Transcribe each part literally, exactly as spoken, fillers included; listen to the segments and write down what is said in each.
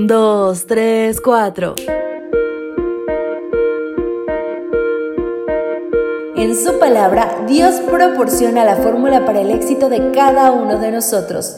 Un, dos, tres, cuatro. En su palabra, Dios proporciona la fórmula para el éxito de cada uno de nosotros.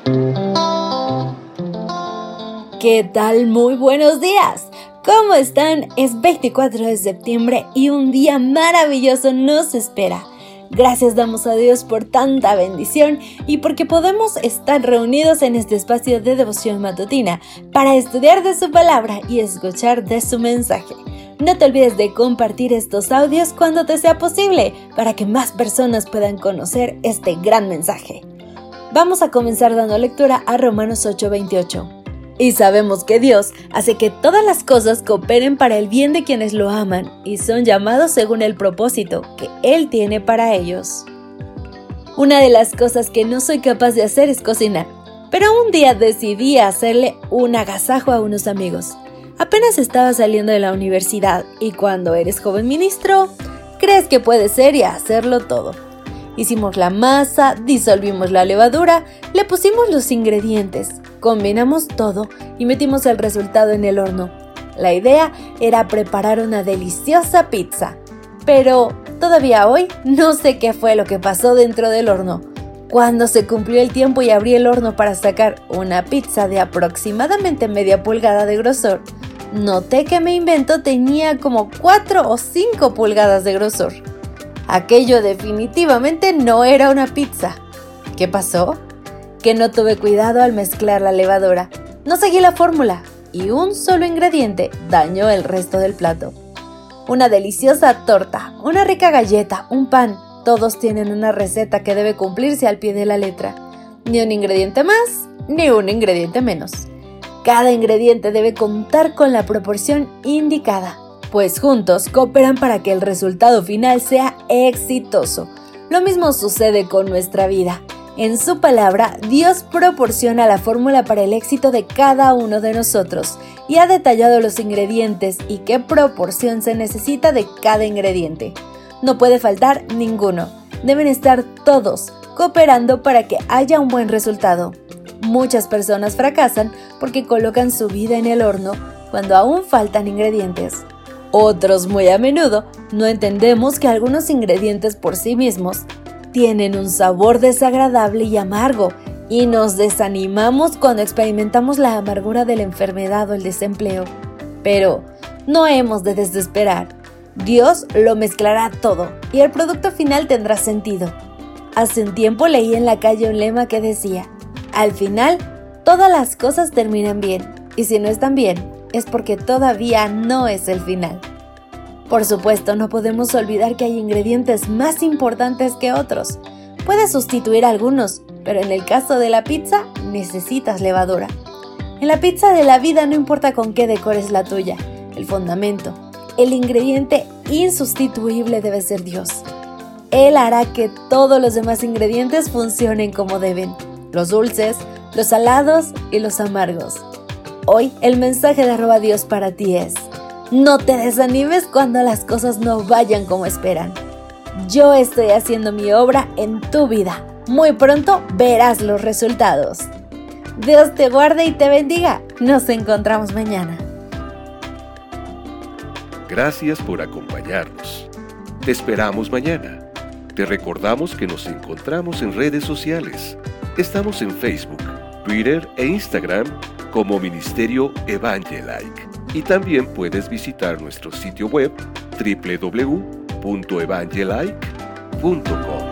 ¿Qué tal? Muy buenos días. ¿Cómo están? Es veinticuatro de septiembre y un día maravilloso nos espera. Gracias damos a Dios por tanta bendición y porque podemos estar reunidos en este espacio de devoción matutina para estudiar de su palabra y escuchar de su mensaje. No te olvides de compartir estos audios cuando te sea posible para que más personas puedan conocer este gran mensaje. Vamos a comenzar dando lectura a Romanos ocho veintiocho. Y sabemos que Dios hace que todas las cosas cooperen para el bien de quienes lo aman y son llamados según el propósito que Él tiene para ellos. Una de las cosas que no soy capaz de hacer es cocinar, pero un día decidí hacerle un agasajo a unos amigos. Apenas estaba saliendo de la universidad y cuando eres joven ministro, crees que puedes ser y hacerlo todo. Hicimos la masa, disolvimos la levadura, le pusimos los ingredientes, combinamos todo y metimos el resultado en el horno. La idea era preparar una deliciosa pizza, pero todavía hoy no sé qué fue lo que pasó dentro del horno. Cuando se cumplió el tiempo y abrí el horno para sacar una pizza de aproximadamente media pulgada de grosor, noté que mi invento tenía como cuatro o cinco pulgadas de grosor. Aquello definitivamente no era una pizza. ¿Qué pasó? Que no tuve cuidado al mezclar la levadura. No seguí la fórmula y un solo ingrediente dañó el resto del plato. Una deliciosa torta, una rica galleta, un pan, todos tienen una receta que debe cumplirse al pie de la letra. Ni un ingrediente más, ni un ingrediente menos. Cada ingrediente debe contar con la proporción indicada, pues juntos cooperan para que el resultado final sea exitoso. Lo mismo sucede con nuestra vida. En su palabra, Dios proporciona la fórmula para el éxito de cada uno de nosotros y ha detallado los ingredientes y qué proporción se necesita de cada ingrediente. No puede faltar ninguno. Deben estar todos cooperando para que haya un buen resultado. Muchas personas fracasan porque colocan su vida en el horno cuando aún faltan ingredientes. Otros, muy a menudo, no entendemos que algunos ingredientes por sí mismos tienen un sabor desagradable y amargo y nos desanimamos cuando experimentamos la amargura de la enfermedad o el desempleo. Pero no hemos de desesperar. Dios lo mezclará todo y el producto final tendrá sentido. Hace un tiempo leí en la calle un lema que decía: al final, todas las cosas terminan bien y si no están bien, es porque todavía no es el final. Por supuesto, no podemos olvidar que hay ingredientes más importantes que otros. Puedes sustituir algunos, pero en el caso de la pizza, necesitas levadura. En la pizza de la vida no importa con qué decores la tuya, el fundamento, el ingrediente insustituible debe ser Dios. Él hará que todos los demás ingredientes funcionen como deben, los dulces, los salados y los amargos. Hoy el mensaje de arroba Dios para ti es: no te desanimes cuando las cosas no vayan como esperan. Yo estoy haciendo mi obra en tu vida. Muy pronto verás los resultados. Dios te guarde y te bendiga. Nos encontramos mañana. Gracias por acompañarnos. Te esperamos mañana. Te recordamos que nos encontramos en redes sociales. Estamos en Facebook, Twitter e Instagram como Ministerio Evangelike. Y también puedes visitar nuestro sitio web doble u doble u doble u punto evangelike punto com.